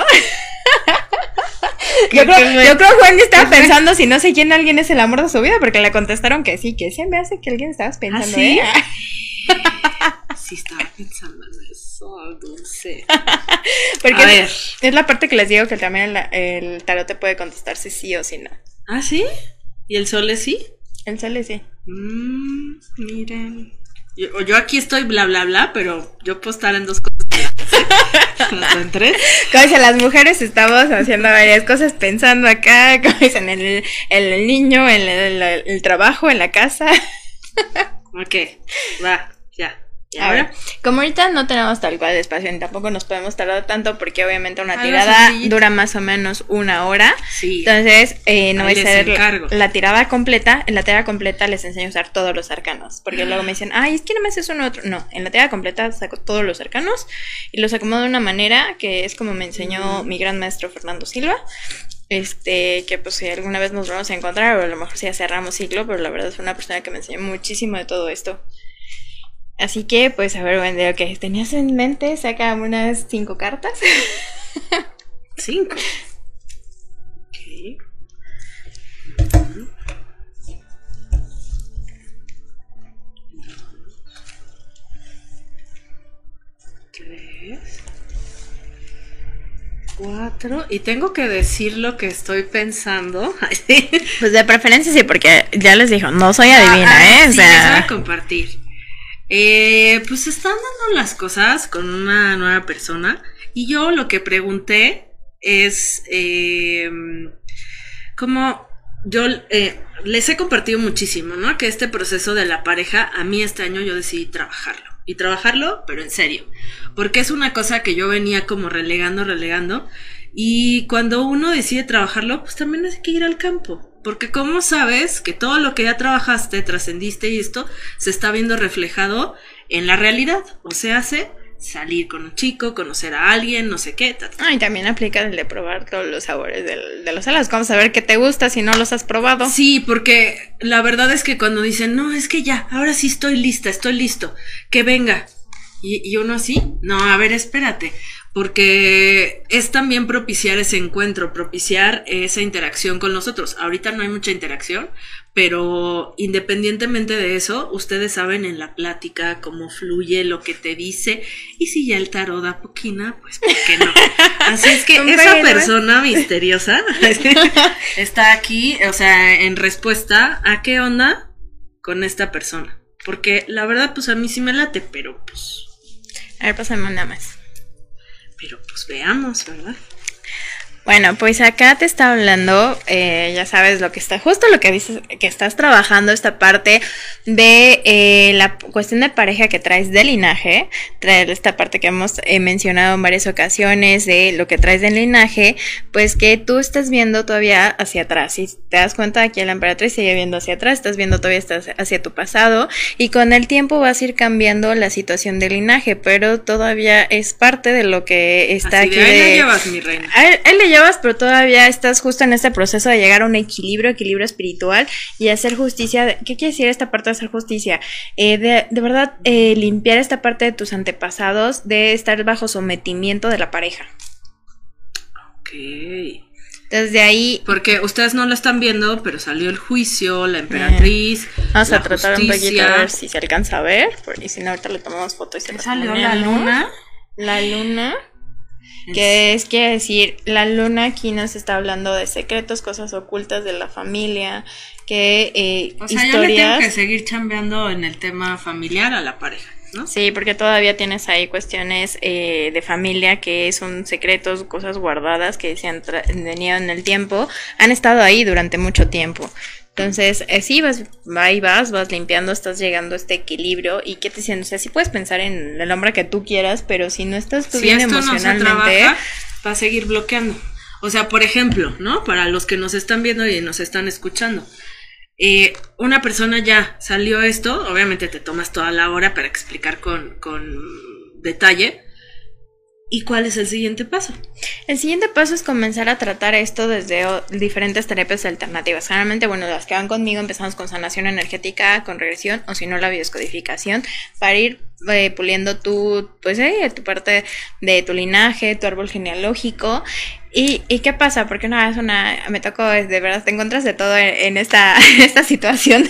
Yo creo que Juan estaba pensando si no sé quién alguien es el amor de su vida, porque le contestaron que sí, que se me hace que alguien estabas pensando. ¿Ah, sí? Sí, estaba pensando en eso, dulce. Porque es la parte que les digo que también el tarot te puede contestar si sí o si no. ¿Ah, sí? ¿Y el sol es sí? El sol es sí. Miren. Yo aquí estoy bla bla bla, pero yo puedo estar en dos cosas. ¿En tres? Como dicen, las mujeres estamos haciendo varias cosas, pensando acá, como dicen, en el niño, en el trabajo, en la casa. Ok, va, ya. ¿Y ahora? Ver, como ahorita no tenemos tal cual espacio y tampoco nos podemos tardar tanto porque obviamente una tirada dura más o menos 1 hora. Sí. Entonces, no voy a hacer la tirada completa. En la tirada completa les enseño a usar todos los arcanos. Porque luego me dicen, ay, es que no me haces uno otro. No, en la tirada completa saco todos los arcanos y los acomodo de una manera que es como me enseñó mi gran maestro Fernando Silva. Que pues si alguna vez nos vamos a encontrar, o a lo mejor si ya cerramos ciclo, pero la verdad fue una persona que me enseñó muchísimo de todo esto. Así que, pues, a ver, bueno, de lo que tenías en mente, saca unas 5 cartas. 5. Ok. 3, 4. Y tengo que decir lo que estoy pensando. Pues de preferencia sí, porque ya les dijo, no soy adivina, sí, o sea, les voy a compartir. Pues están dando las cosas con una nueva persona y yo lo que pregunté es como yo les he compartido muchísimo, ¿no? Que este proceso de la pareja, a mí este año yo decidí trabajarlo, pero en serio, porque es una cosa que yo venía como relegando, y cuando uno decide trabajarlo, pues también hay que ir al campo. Porque ¿cómo sabes que todo lo que ya trabajaste, trascendiste y esto se está viendo reflejado en la realidad? O sea, salir con un chico, conocer a alguien, no sé qué. Y también aplica el de probar todos los sabores de los helados. ¿Cómo saber qué te gusta si no los has probado? Sí, porque la verdad es que cuando dicen, no, es que ya, ahora sí estoy listo, que venga. Y uno así, no, a ver, espérate. Porque es también propiciar ese encuentro, propiciar esa interacción con los otros. Ahorita no hay mucha interacción, pero independientemente de eso, ustedes saben en la plática cómo fluye lo que te dice. Y si ya el tarot da poquina, pues ¿por qué no? Así es que esa persona misteriosa está aquí, o sea, en respuesta a qué onda con esta persona. Porque la verdad, pues a mí sí me late, pero pues... A ver, pásame una más. Pero pues veamos, ¿verdad? Bueno, pues acá te está hablando, ya sabes lo que está, justo lo que dices, que estás trabajando esta parte de la cuestión de pareja que traes de linaje, traer esta parte que hemos mencionado en varias ocasiones de lo que traes del linaje, pues que tú estás viendo todavía hacia atrás. Si te das cuenta, aquí la emperatriz sigue viendo hacia atrás, estás viendo todavía hacia tu pasado, y con el tiempo vas a ir cambiando la situación del linaje, pero todavía es parte de lo que está así aquí. Ahí le llevas, mi reina. Ahí le llevas, pero todavía estás justo en este proceso de llegar a un equilibrio espiritual y hacer justicia. ¿Qué quiere decir esta parte de hacer justicia? De verdad, limpiar esta parte de tus antepasados, de estar bajo sometimiento de la pareja. Ok. Entonces de ahí... Porque ustedes no lo están viendo, pero salió el juicio, la emperatriz, vamos la a tratar justicia. un poquito a ver si se alcanza a ver, y si no, ahorita le tomamos foto y se ¿Qué las salió ponemos. la luna? La luna... Que quiere decir, la luna aquí nos está hablando de secretos, cosas ocultas de la familia, que o sea, historias... yo le tengo que seguir chambeando en el tema familiar a la pareja, ¿no? Sí, porque todavía tienes ahí cuestiones de familia que son secretos, cosas guardadas que se han venido en el tiempo, han estado ahí durante mucho tiempo. Entonces, sí, vas limpiando, estás llegando a este equilibrio. ¿Y qué te dicen? O sea, sí puedes pensar en el hombre que tú quieras, pero si no estás tú bien emocionalmente... Si esto no se trabaja, va a seguir bloqueando. O sea, por ejemplo, ¿no? Para los que nos están viendo y nos están escuchando, una persona ya salió esto, obviamente te tomas toda la hora para explicar con detalle. ¿Y cuál es el siguiente paso? El siguiente paso es comenzar a tratar esto desde diferentes terapias alternativas. Generalmente, bueno, las que van conmigo empezamos con sanación energética, con regresión, o si no, la biodescodificación, para ir puliendo tu parte de tu linaje, tu árbol genealógico. ¿Y qué pasa? Porque una vez me tocó, de verdad, te encuentras de todo en esta situación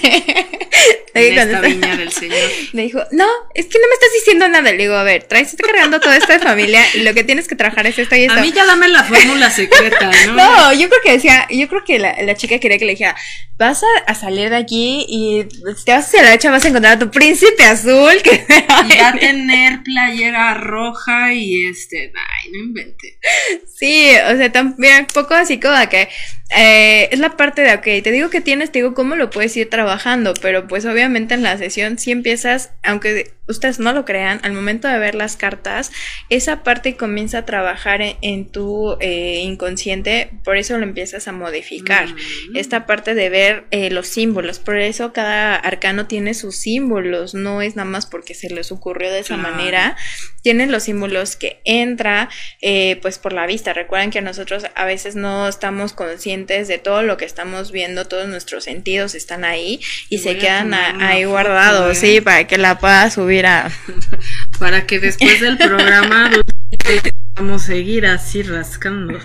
en esta viña del Señor. Me dijo, no, es que no me estás diciendo nada. Le digo, a ver, estás cargando todo esto de familia y lo que tienes que trabajar es esto y esto. A mí ya dame la fórmula secreta, ¿no? No, yo creo que la chica quería que le dijera, vas a salir de aquí y te vas hacia la derecha, vas a encontrar a tu príncipe azul que y va a tener playera roja y ay, no invente. Sí, o sea, también poco así como que es la parte de, ok, te digo que tienes, te digo cómo lo puedes ir trabajando, pero pues obviamente en la sesión sí empiezas, aunque ustedes no lo crean, al momento de ver las cartas, esa parte comienza a trabajar en tu inconsciente, por eso lo empiezas a modificar. Esta parte de ver los símbolos, por eso cada arcano tiene sus símbolos, no es nada más porque se les ocurrió de esa manera, tienen los símbolos que entra pues por la vista. Recuerden que nosotros a veces no estamos conscientes de todo lo que estamos viendo, todos nuestros sentidos están ahí y se quedan ahí guardados, sí, para que la puedas subir a... para que después del programa vamos a seguir así rascando.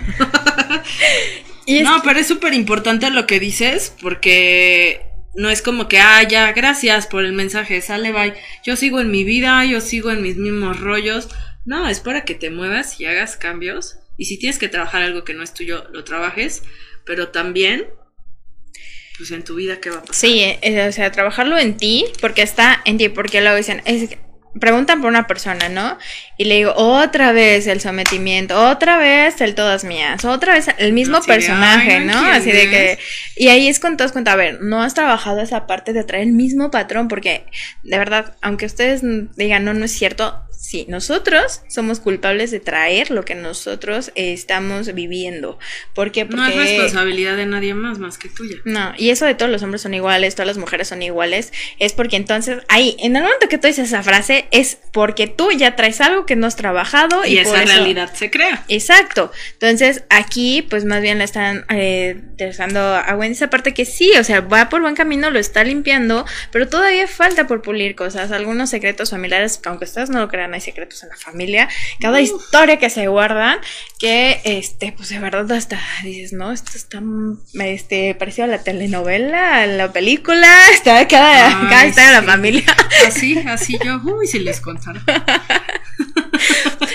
No, pero es súper importante lo que dices, porque no es como que, ya, gracias por el mensaje, sale, bye, yo sigo en mi vida, yo sigo en mis mismos rollos. No, es para que te muevas y hagas cambios, y si tienes que trabajar algo que no es tuyo, lo trabajes, pero también, pues en tu vida, ¿qué va a pasar? Sí, o sea, trabajarlo en ti, porque está en ti, porque luego dicen, preguntan por una persona, ¿no? Y le digo, otra vez el sometimiento, otra vez el todas mías, otra vez el mismo personaje, ¿no? Así de que... Y ahí es cuando te das cuenta, a ver, no has trabajado esa parte de atraer el mismo patrón, porque de verdad, aunque ustedes digan, no es cierto, sí, nosotros somos culpables de traer lo que nosotros estamos viviendo. ¿Por qué? Porque no es responsabilidad de nadie más que tuya. No, y eso de todos los hombres son iguales, todas las mujeres son iguales, es porque entonces ahí, en el momento que tú dices esa frase, es porque tú ya traes algo que no has trabajado y esa realidad se crea. Exacto. Entonces aquí pues más bien le están interesando a Wendy esa parte que sí, o sea, va por buen camino, lo está limpiando, pero todavía falta por pulir cosas, algunos secretos familiares, aunque ustedes no lo crean, hay secretos en la familia, cada historia que se guardan, que pues de verdad hasta dices, no, esto está parecido a la telenovela, a la película, está cada historia de la familia. Así yo, si les contara.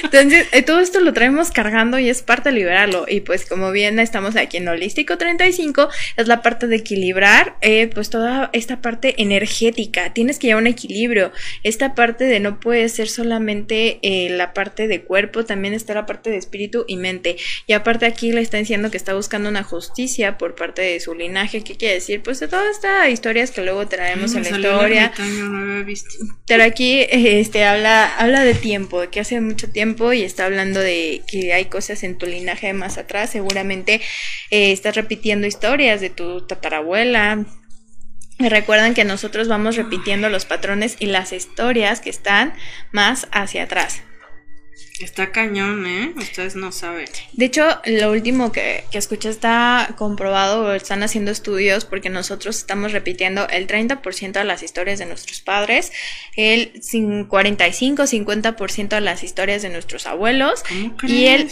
Entonces, todo esto lo traemos cargando y es parte de liberarlo. Y pues como bien estamos aquí en Holístico 35, es la parte de equilibrar pues toda esta parte energética. Tienes que llevar un equilibrio. Esta parte de no puede ser solamente la parte de cuerpo, también está la parte de espíritu y mente. Y aparte aquí le está diciendo que está buscando una justicia por parte de su linaje. ¿Qué quiere decir? Pues de todas estas historias que luego traemos en la historia. No había visto. Pero aquí habla de tiempo, de que hace mucho tiempo, y está hablando de que hay cosas en tu linaje más atrás. Seguramente estás repitiendo historias de tu tatarabuela. Y recuerden que nosotros vamos repitiendo los patrones y las historias que están más hacia atrás. Está cañón, ustedes no saben. De hecho, lo último que escuché está comprobado, o están haciendo estudios, porque nosotros estamos repitiendo el 30% de las historias de nuestros padres, el 45-50% de las historias de nuestros abuelos, y el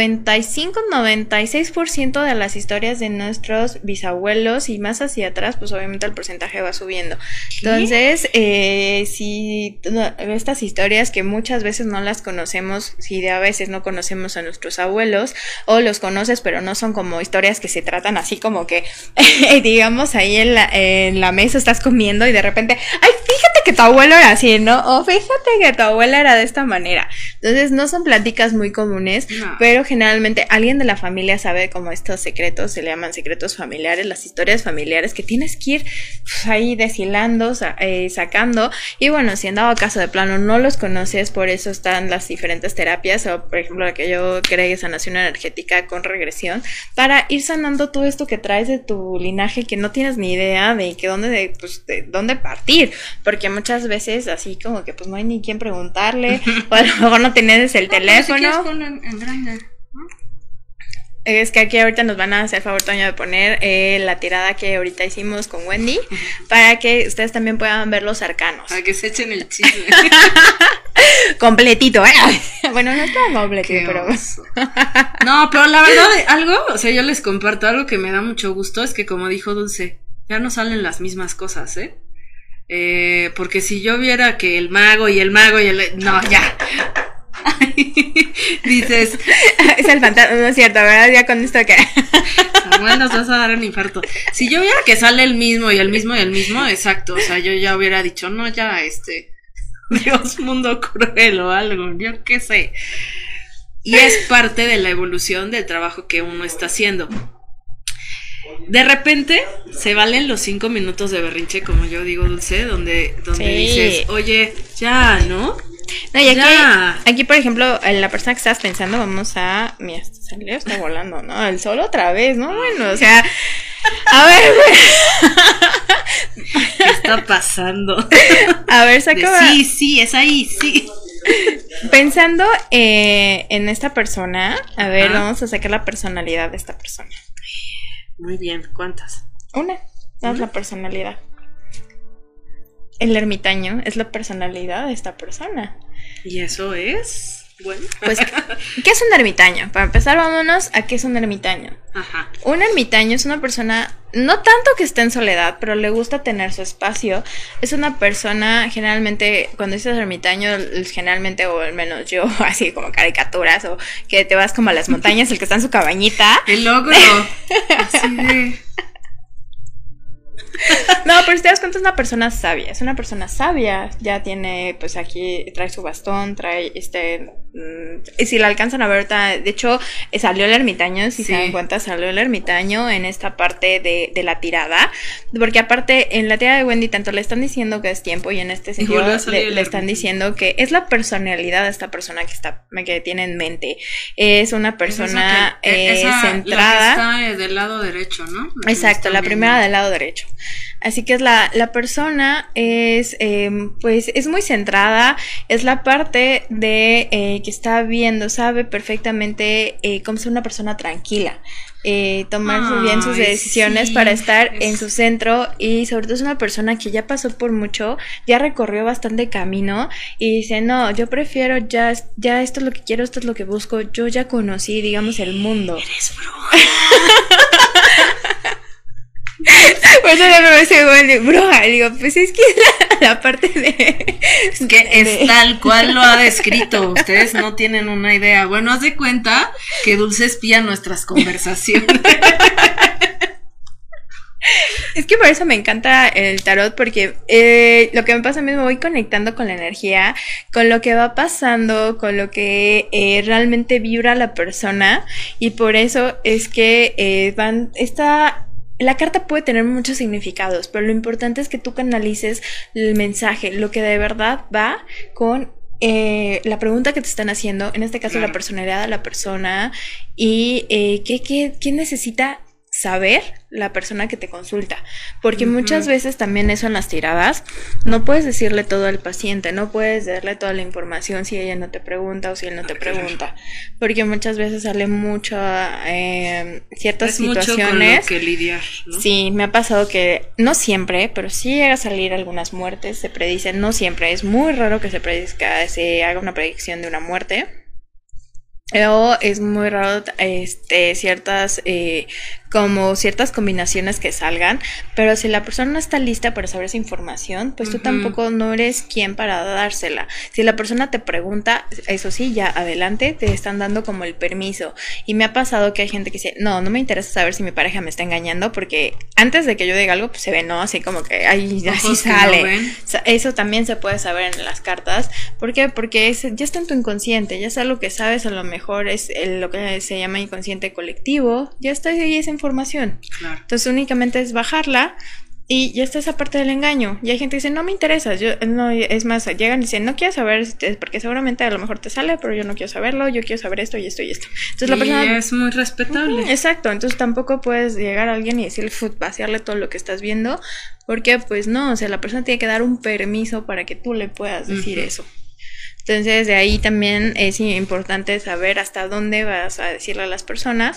95-96% de las historias de nuestros bisabuelos, y más hacia atrás, pues obviamente el porcentaje va subiendo. ¿Qué? Entonces, si estas historias que muchas veces no las conocemos, si a veces no conocemos a nuestros abuelos, o los conoces pero no son como historias que se tratan así como que digamos ahí en la mesa estás comiendo y de repente, ay, fíjate que tu abuelo era así, ¿no? O fíjate que tu abuela era de esta manera. Entonces no son pláticas muy comunes, no. Pero generalmente alguien de la familia sabe como estos secretos, se le llaman secretos familiares, las historias familiares que tienes que ir pues, ahí deshilando, sacando. Y bueno, si en dado caso de plano no los conoces, por eso están las diferentes terapias, o por ejemplo la que yo creé es sanación energética con regresión, para ir sanando todo esto que traes de tu linaje que no tienes ni idea de que de dónde partir, porque muchas veces así como que pues no hay ni quien preguntarle, o a lo mejor no tienes el teléfono. Si quieres ponlo en grande. Es que aquí ahorita nos van a hacer favor, Toño, de poner la tirada que ahorita hicimos con Wendy, para que ustedes también puedan ver los arcanos. Para que se echen el chisme. Completito, Bueno, no está completito, pero... No, pero la verdad, o sea, yo les comparto algo que me da mucho gusto, es que como dijo Dulce, ya no salen las mismas cosas, porque si yo viera que el mago y el mago y el... No, ya... Dices es el fantasma, no es cierto, ¿verdad? Ya con esto que Samuel, nos vas a dar un infarto. Si yo viera que sale el mismo y el mismo y el mismo, exacto, o sea, yo ya hubiera dicho, no, ya, Dios, mundo cruel o algo, yo qué sé. Y es parte de la evolución del trabajo que uno está haciendo. De repente se valen los 5 minutos de berrinche, como yo digo, Dulce, donde sí. Dices, oye, ya, ¿no? No, y aquí, por ejemplo, la persona que estabas pensando, vamos a... Mira, salió, está volando, ¿no? El sol otra vez, ¿no? Bueno, o sea... A ver, ¿qué está pasando? A ver, saca... Sí, es ahí, sí. Pensando en esta persona, a ver, vamos a sacar la personalidad de esta persona. Muy bien, ¿cuántas? Una, es la personalidad. El ermitaño es la personalidad de esta persona. ¿Y eso es? Bueno. Pues, ¿qué es un ermitaño? Para empezar, vámonos a qué es un ermitaño. Ajá. Un ermitaño es una persona, no tanto que esté en soledad, pero le gusta tener su espacio. Es una persona, generalmente, cuando dices ermitaño, generalmente, o al menos yo, así como caricaturas, o que te vas como a las montañas, el que está en su cabañita. El logro. Así de... No, pero si te das cuenta, es una persona sabia, ya tiene, pues aquí trae su bastón, trae si la alcanzan a ver ahorita, de hecho, salió el ermitaño, si se dan cuenta, salió el ermitaño en esta parte de la tirada, porque aparte, en la tirada de Wendy, tanto le están diciendo que es tiempo, y en este sentido le están diciendo que es la personalidad de esta persona que tiene en mente, es una persona centrada. La que está del lado derecho, ¿no? Exacto, la primera del lado derecho. Así que es la persona es pues es muy centrada, es la parte de que está viendo, sabe perfectamente cómo ser una persona tranquila, tomar bien sus decisiones para estar en su centro, y sobre todo es una persona que ya pasó por mucho, ya recorrió bastante camino y dice, no, yo prefiero ya esto es lo que quiero, esto es lo que busco, yo ya conocí, digamos, el mundo. Eres bruja. Por eso me dice Wendy, bruja, digo, pues es que la parte de... Es que es tal cual lo ha descrito, ustedes no tienen una idea. Bueno, haz de cuenta que Dulce espía nuestras conversaciones. Es que por eso me encanta el tarot, porque lo que me pasa a mí, me voy conectando con la energía, con lo que va pasando, con lo que realmente vibra la persona, y por eso es que la carta puede tener muchos significados, pero lo importante es que tú canalices el mensaje, lo que de verdad va con la pregunta que te están haciendo, en este caso claro, la personalidad de la persona, y qué necesita saber la persona que te consulta, porque muchas veces también eso en las tiradas, no puedes decirle todo al paciente, no puedes darle toda la información si ella no te pregunta o si él no te pregunta, porque muchas veces sale mucho ciertas es situaciones mucho con lo que lidiar, ¿no? Sí, me ha pasado que no siempre, pero sí llega a salir algunas muertes, se predicen, no siempre, es muy raro que se haga una predicción de una muerte. O es muy raro ciertas combinaciones que salgan, pero si la persona no está lista para saber esa información, pues tú tampoco no eres quien para dársela. Si la persona te pregunta, eso sí, ya adelante, te están dando como el permiso. Y me ha pasado que hay gente que dice, no me interesa saber si mi pareja me está engañando, porque antes de que yo diga algo, pues se ve, ¿no? Así como que ahí así sale. No, o sea, eso también se puede saber en las cartas. ¿Por qué? Porque ya está en tu inconsciente, ya es algo que sabes, a lo mejor es lo que se llama inconsciente colectivo, ya está ahí esa información. Claro. Entonces únicamente es bajarla y ya está esa parte del engaño. Y hay gente que dice, no me interesa, es más, llegan y dicen, no quiero saber, porque seguramente a lo mejor te sale, pero yo no quiero saberlo, yo quiero saber esto y esto y esto. Entonces la persona es muy respetable. Exacto, entonces tampoco puedes llegar a alguien y decirle, vaciarle todo lo que estás viendo, porque pues no, o sea, la persona tiene que dar un permiso para que tú le puedas decir eso. Entonces de ahí también es importante saber hasta dónde vas a decirle a las personas.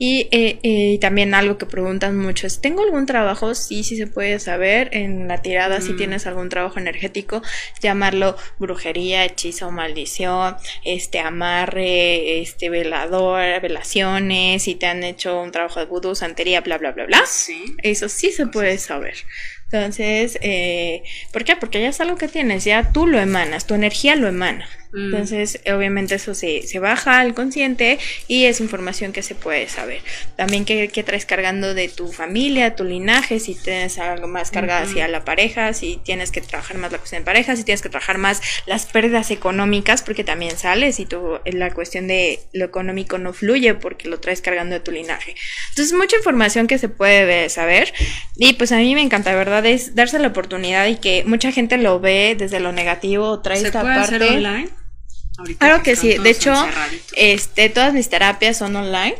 Y también algo que preguntan mucho es, ¿tengo algún trabajo? Sí se puede saber en la tirada. Si tienes algún trabajo energético, llamarlo brujería, hechizo, maldición, amarre, velador, velaciones, si te han hecho un trabajo de vudú, santería, bla bla bla bla. Sí. Eso sí se puede saber. Entonces, ¿por qué? Porque ya es algo que tienes, ya tú lo emanas, tu energía lo emana. Entonces, obviamente eso se baja al consciente y es información que se puede saber. También qué traes cargando de tu familia, tu linaje, si tienes algo más cargado hacia la pareja, si tienes que trabajar más la cuestión de pareja, si tienes que trabajar más las pérdidas económicas, porque también sale, si la cuestión de lo económico no fluye porque lo traes cargando de tu linaje. Entonces, mucha información que se puede saber y pues a mí me encanta, de verdad, es darse la oportunidad y que mucha gente lo ve desde lo negativo, trae esta parte. ¿Se puede hacer online? Ahorita claro que sí, de hecho, todas mis terapias son online.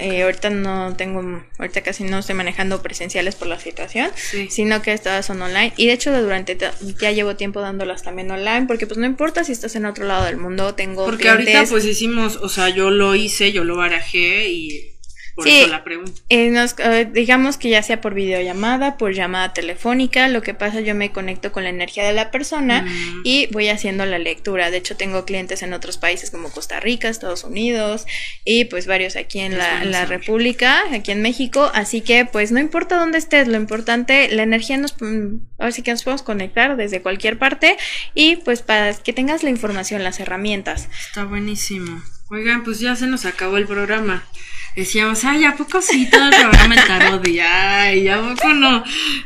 Ahorita casi no estoy manejando presenciales por la situación, sino que todas son online. Y de hecho ya llevo tiempo dándolas también online, porque pues no importa si estás en otro lado del mundo, tengo porque clientes. Ahorita pues hicimos, o sea, yo lo barajé y por eso la pregunta. Digamos que ya sea por videollamada, por llamada telefónica, lo que pasa, yo me conecto con la energía de la persona y voy haciendo la lectura. De hecho, tengo clientes en otros países como Costa Rica, Estados Unidos y pues varios aquí en la República, aquí en México. Así que pues no importa dónde estés, lo importante, la energía ahora sí que nos podemos conectar desde cualquier parte y pues para que tengas la información, las herramientas. Está buenísimo. Oigan, pues ya se nos acabó el programa. Decíamos, ay, ¿a poco sí todo el programa el tarot? Y ay, ¿a poco no?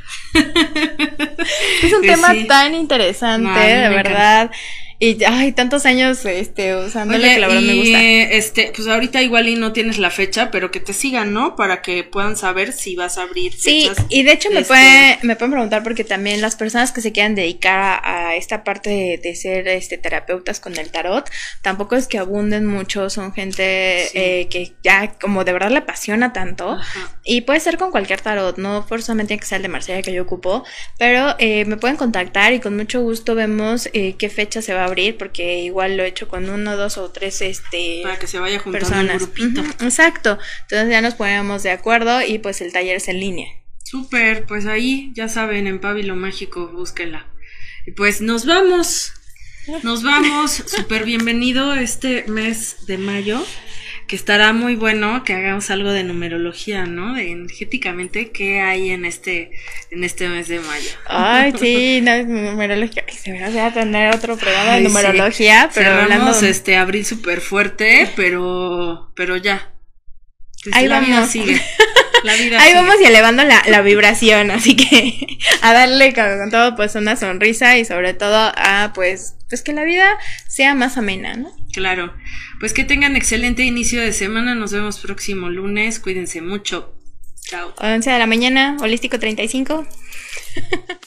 Es un tema tan interesante, de verdad. Y ay, tantos años usándole. Oye, que la verdad me gusta. Pues ahorita igual y no tienes la fecha, pero que te sigan, ¿no? Para que puedan saber si vas a abrir fechas. Sí, y de hecho me pueden preguntar, porque también las personas que se quieran dedicar a esta parte de ser terapeutas con el tarot, tampoco es que abunden mucho, son gente que ya como de verdad le apasiona tanto. Ajá. Y puede ser con cualquier tarot, no forzosamente tiene que ser el de Marsella que yo ocupo, pero me pueden contactar y con mucho gusto vemos qué fecha se va a abrir, porque igual lo he hecho con 1, 2 o 3 para que se vaya juntando el grupito. Exacto, entonces ya nos ponemos de acuerdo y pues el taller es en línea. Súper, pues ahí ya saben, en Pábilo Mágico, búsquenla. Y pues nos vamos, súper bienvenido este mes de mayo. que estará muy bueno que hagamos algo de numerología, ¿no? De energéticamente qué hay en este mes de mayo. Ay, sí, no, numerología. Ay, se me va a tener otro programa de numerología, sí. pero cerramos hablando abril súper fuerte, pero ya. Pues ahí la vamos. vida sigue. La vida ahí sigue. vamos y elevando la vibración, así que a darle con todo pues una sonrisa y sobre todo a pues que la vida sea más amena, ¿no? Claro. Pues que tengan excelente inicio de semana. Nos vemos próximo lunes. Cuídense mucho. Chao. 11 de la mañana, Holístico 35.